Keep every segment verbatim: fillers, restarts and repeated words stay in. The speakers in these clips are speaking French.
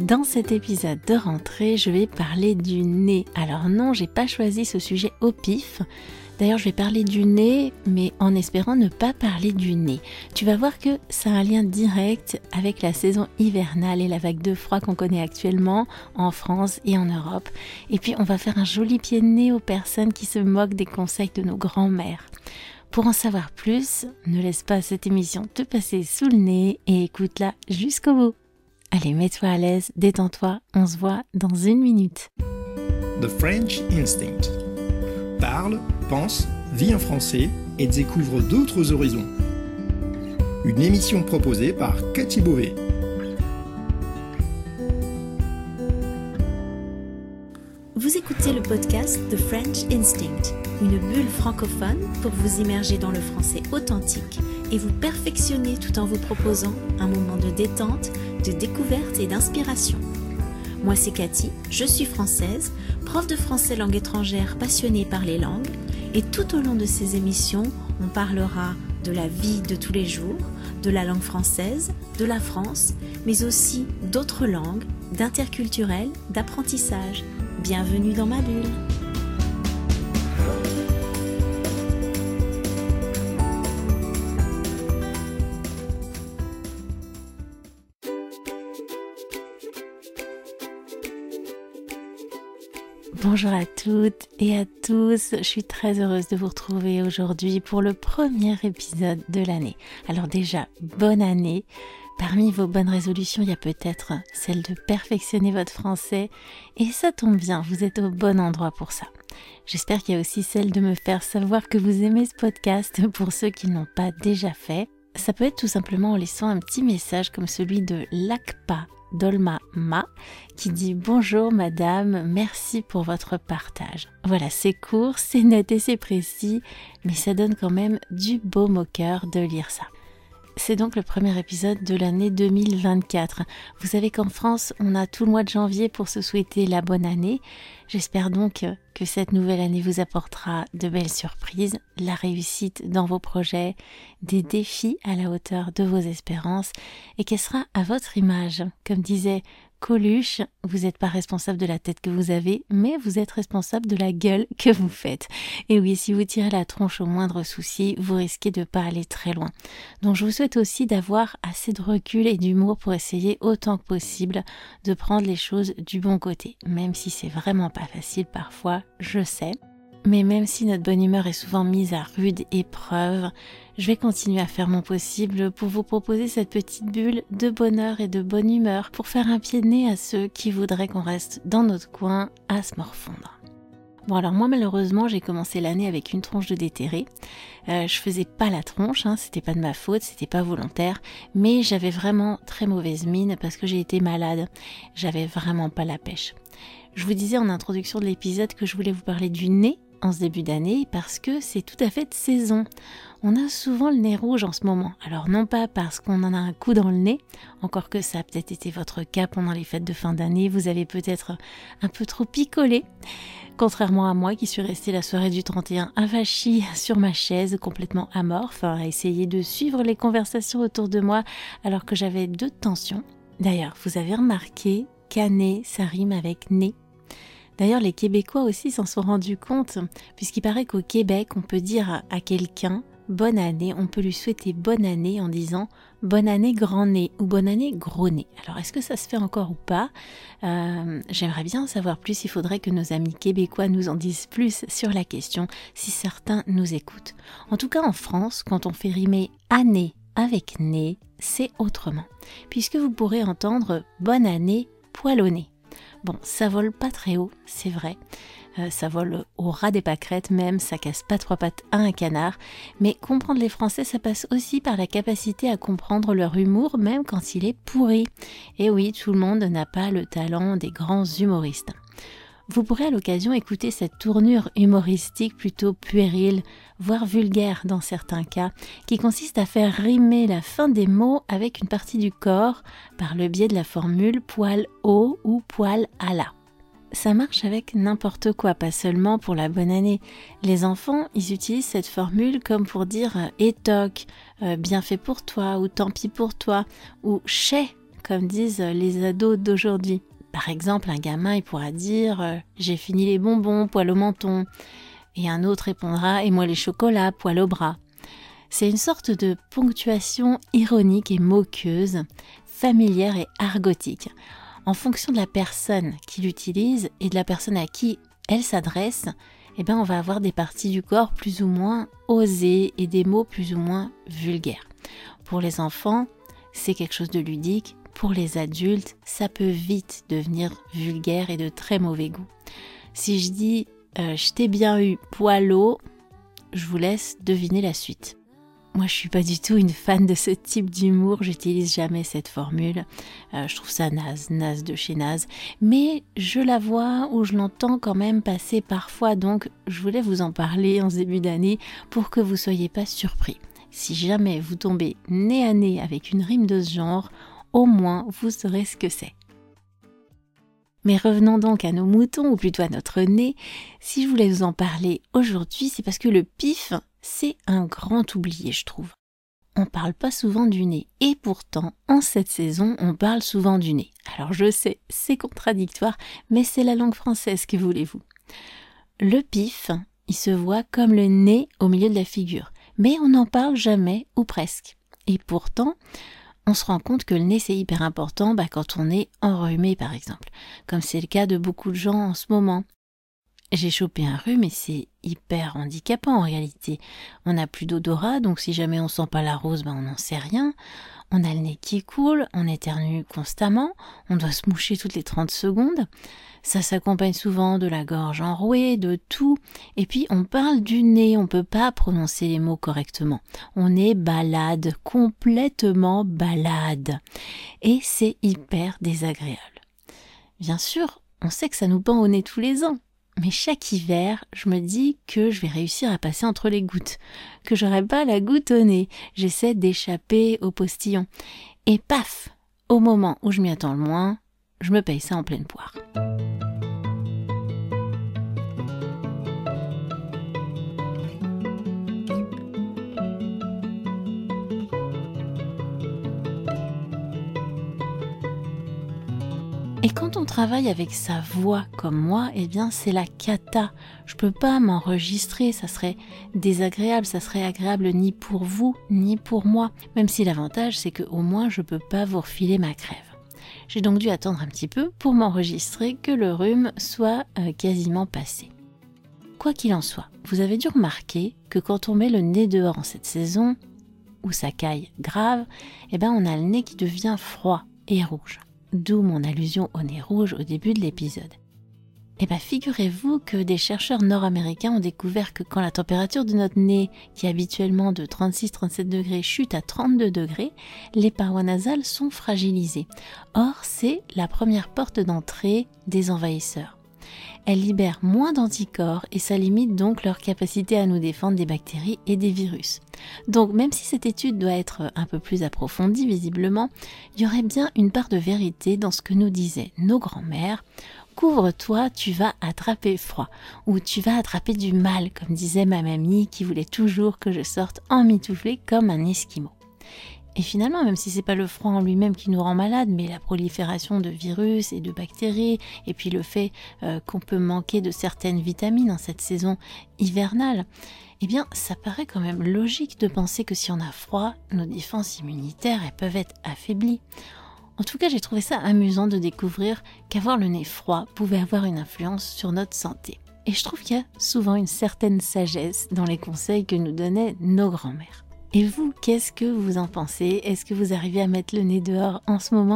Dans cet épisode de rentrée, je vais parler du nez. Alors non, j'ai pas choisi ce sujet au pif. D'ailleurs, je vais parler du nez, mais en espérant ne pas parler du nez. Tu vas voir que ça a un lien direct avec la saison hivernale et la vague de froid qu'on connaît actuellement en France et en Europe. Et puis, on va faire un joli pied de nez aux personnes qui se moquent des conseils de nos grands-mères. Pour en savoir plus, ne laisse pas cette émission te passer sous le nez et écoute-la jusqu'au bout. Allez, mets-toi à l'aise, détends-toi, on se voit dans une minute. The French Instinct. Parle, pense, vis en français et découvre d'autres horizons. Une émission proposée par Cathy Beauvais. Vous écoutez le podcast The French Instinct, une bulle francophone pour vous immerger dans le français authentique et vous perfectionner tout en vous proposant un moment de détente, de découverte et d'inspiration. Moi c'est Cathy, je suis française, prof de français langue étrangère passionnée par les langues et tout au long de ces émissions, on parlera de la vie de tous les jours, de la langue française, de la France, mais aussi d'autres langues, d'interculturel, d'apprentissage. Bienvenue dans ma bulle. Bonjour à toutes et à tous, je suis très heureuse de vous retrouver aujourd'hui pour le premier épisode de l'année. Alors déjà, bonne année. Parmi vos bonnes résolutions, il y a peut-être celle de perfectionner votre français et ça tombe bien, vous êtes au bon endroit pour ça. J'espère qu'il y a aussi celle de me faire savoir que vous aimez ce podcast pour ceux qui ne l'ont pas déjà fait. Ça peut être tout simplement en laissant un petit message comme celui de Lakpa Dolma Ma qui dit « Bonjour madame, merci pour votre partage ». Voilà, c'est court, c'est net et c'est précis, mais ça donne quand même du baume au cœur de lire ça. C'est donc le premier épisode de l'année deux mille vingt-quatre. Vous savez qu'en France, on a tout le mois de janvier pour se souhaiter la bonne année. J'espère donc que cette nouvelle année vous apportera de belles surprises, la réussite dans vos projets, des défis à la hauteur de vos espérances et qu'elle sera à votre image. Comme disait Coluche, vous n'êtes pas responsable de la tête que vous avez, mais vous êtes responsable de la gueule que vous faites. Et oui, si vous tirez la tronche au moindre souci, vous risquez de ne pas aller très loin. Donc je vous souhaite aussi d'avoir assez de recul et d'humour pour essayer autant que possible de prendre les choses du bon côté, même si c'est vraiment pas facile parfois, je sais. Mais même si notre bonne humeur est souvent mise à rude épreuve, je vais continuer à faire mon possible pour vous proposer cette petite bulle de bonheur et de bonne humeur pour faire un pied de nez à ceux qui voudraient qu'on reste dans notre coin à se morfondre. Bon alors moi malheureusement j'ai commencé l'année avec une tronche de déterré. Euh, je faisais pas la tronche, hein, c'était pas de ma faute, c'était pas volontaire, mais j'avais vraiment très mauvaise mine parce que j'ai été malade. J'avais vraiment pas la pêche. Je vous disais en introduction de l'épisode que je voulais vous parler du nez en ce début d'année parce que c'est tout à fait de saison. On a souvent le nez rouge en ce moment. Alors non pas parce qu'on en a un coup dans le nez, encore que ça a peut-être été votre cas pendant les fêtes de fin d'année, vous avez peut-être un peu trop picolé. Contrairement à moi qui suis restée la soirée du trente et un avachie sur ma chaise, complètement amorphe, à essayer de suivre les conversations autour de moi alors que j'avais deux tensions. D'ailleurs, vous avez remarqué qu'année, ça rime avec nez. D'ailleurs, les Québécois aussi s'en sont rendus compte, puisqu'il paraît qu'au Québec, on peut dire à quelqu'un « bonne année », on peut lui souhaiter bonne année en disant « bonne année grand nez » ou « bonne année gros nez ». Alors, est-ce que ça se fait encore ou pas ? euh, J'aimerais bien en savoir plus, il faudrait que nos amis québécois nous en disent plus sur la question, si certains nous écoutent. En tout cas, en France, quand on fait rimer « année » avec « nez », c'est autrement, puisque vous pourrez entendre « bonne année poil au nez ». Bon, ça vole pas très haut, c'est vrai, euh, ça vole au ras des pâquerettes même, ça casse pas trois pattes à un canard, mais comprendre les Français, ça passe aussi par la capacité à comprendre leur humour, même quand il est pourri. Et oui, tout le monde n'a pas le talent des grands humoristes. Vous pourrez à l'occasion écouter cette tournure humoristique plutôt puérile, voire vulgaire dans certains cas, qui consiste à faire rimer la fin des mots avec une partie du corps par le biais de la formule poil haut ou poil à la. Ça marche avec n'importe quoi, pas seulement pour la bonne année. Les enfants, ils utilisent cette formule comme pour dire euh, « étoc »,« euh, bien fait pour toi » ou « tant pis pour toi » ou « chais » comme disent les ados d'aujourd'hui. Par exemple, un gamin il pourra dire euh, « j'ai fini les bonbons, poil au menton ». Et un autre répondra « et moi les chocolats, poil au bras ». C'est une sorte de ponctuation ironique et moqueuse, familière et argotique. En fonction de la personne qui l'utilise et de la personne à qui elle s'adresse, eh ben on va avoir des parties du corps plus ou moins osées et des mots plus ou moins vulgaires. Pour les enfants, c'est quelque chose de ludique. Pour les adultes, ça peut vite devenir vulgaire et de très mauvais goût. Si je dis euh, « je t'ai bien eu, poilot », je vous laisse deviner la suite. Moi, je suis pas du tout une fan de ce type d'humour, j'utilise jamais cette formule. Euh, je trouve ça naze, naze de chez naze. Mais je la vois ou je l'entends quand même passer parfois, donc je voulais vous en parler en ce début d'année pour que vous soyez pas surpris. Si jamais vous tombez nez à nez avec une rime de ce genre, au moins vous saurez ce que c'est. Mais revenons donc à nos moutons, ou plutôt à notre nez. Si je voulais vous en parler aujourd'hui, c'est parce que le pif, c'est un grand oublié, je trouve. On parle pas souvent du nez, et pourtant, en cette saison, on parle souvent du nez. Alors je sais, c'est contradictoire, mais c'est la langue française, que voulez-vous. Le pif, il se voit comme le nez au milieu de la figure, mais on n'en parle jamais, ou presque. Et pourtant, on se rend compte que le nez c'est hyper important bah, quand on est enrhumé par exemple, comme c'est le cas de beaucoup de gens en ce moment. J'ai chopé un rhume et c'est hyper handicapant en réalité. On n'a plus d'odorat, donc si jamais on sent pas la rose, bah, on n'en sait rien. On a le nez qui coule, on éternue constamment, on doit se moucher toutes les trente secondes. Ça s'accompagne souvent de la gorge enrouée, de tout. Et puis on parle du nez, on peut pas prononcer les mots correctement. On est balade, complètement balade. Et c'est hyper désagréable. Bien sûr, on sait que ça nous pend au nez tous les ans. Mais chaque hiver, je me dis que je vais réussir à passer entre les gouttes, que j'aurai pas la goutte au nez. J'essaie d'échapper au postillon. Et paf, au moment où je m'y attends le moins, je me paye ça en pleine poire. Et quand on travaille avec sa voix comme moi, eh bien c'est la cata. Je peux pas m'enregistrer, ça serait désagréable, ça serait agréable ni pour vous, ni pour moi. Même si l'avantage c'est qu'au moins je peux pas vous refiler ma crève. J'ai donc dû attendre un petit peu pour m'enregistrer que le rhume soit euh, quasiment passé. Quoi qu'il en soit, vous avez dû remarquer que quand on met le nez dehors en cette saison, où ça caille grave, eh ben on a le nez qui devient froid et rouge. D'où mon allusion au nez rouge au début de l'épisode. Eh bien, figurez-vous que des chercheurs nord-américains ont découvert que quand la température de notre nez, qui est habituellement de trente-six à trente-sept degrés, chute à trente-deux degrés, les parois nasales sont fragilisées. Or, c'est la première porte d'entrée des envahisseurs. Elles libèrent moins d'anticorps et ça limite donc leur capacité à nous défendre des bactéries et des virus. Donc même si cette étude doit être un peu plus approfondie visiblement, il y aurait bien une part de vérité dans ce que nous disaient nos grands-mères. Couvre-toi, tu vas attraper froid, ou tu vas attraper du mal, comme disait ma mamie qui voulait toujours que je sorte emmitouflée comme un esquimau. Et finalement, même si c'est pas le froid en lui-même qui nous rend malade, mais la prolifération de virus et de bactéries, et puis le fait euh, qu'on peut manquer de certaines vitamines en cette saison hivernale, eh bien, ça paraît quand même logique de penser que si on a froid, nos défenses immunitaires elles peuvent être affaiblies. En tout cas, j'ai trouvé ça amusant de découvrir qu'avoir le nez froid pouvait avoir une influence sur notre santé. Et je trouve qu'il y a souvent une certaine sagesse dans les conseils que nous donnaient nos grands-mères. Et vous, qu'est-ce que vous en pensez ? Est-ce que vous arrivez à mettre le nez dehors en ce moment ?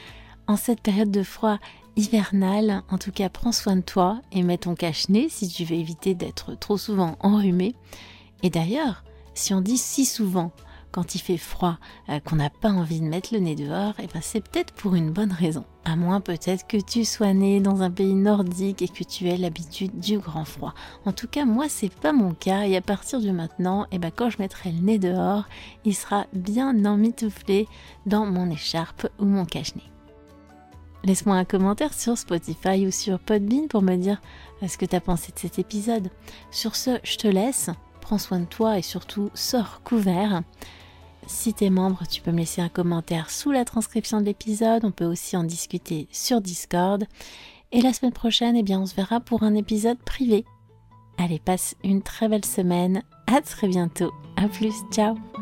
En cette période de froid hivernal, en tout cas, prends soin de toi et mets ton cache-nez si tu veux éviter d'être trop souvent enrhumé. Et d'ailleurs, si on dit si souvent quand il fait froid euh, qu'on n'a pas envie de mettre le nez dehors, et ben c'est peut-être pour une bonne raison. À moins peut-être que tu sois né dans un pays nordique et que tu aies l'habitude du grand froid. En tout cas, moi, c'est pas mon cas. Et à partir de maintenant, et ben quand je mettrai le nez dehors, il sera bien emmitouflé dans mon écharpe ou mon cache-nez. Laisse-moi un commentaire sur Spotify ou sur Podbean pour me dire ce que tu as pensé de cet épisode. Sur ce, je te laisse. Prends soin de toi et surtout, sors couvert. Si t'es membre, tu peux me laisser un commentaire sous la transcription de l'épisode. On peut aussi en discuter sur Discord. Et la semaine prochaine, eh bien, on se verra pour un épisode privé. Allez, passe une très belle semaine. À très bientôt. À plus. Ciao.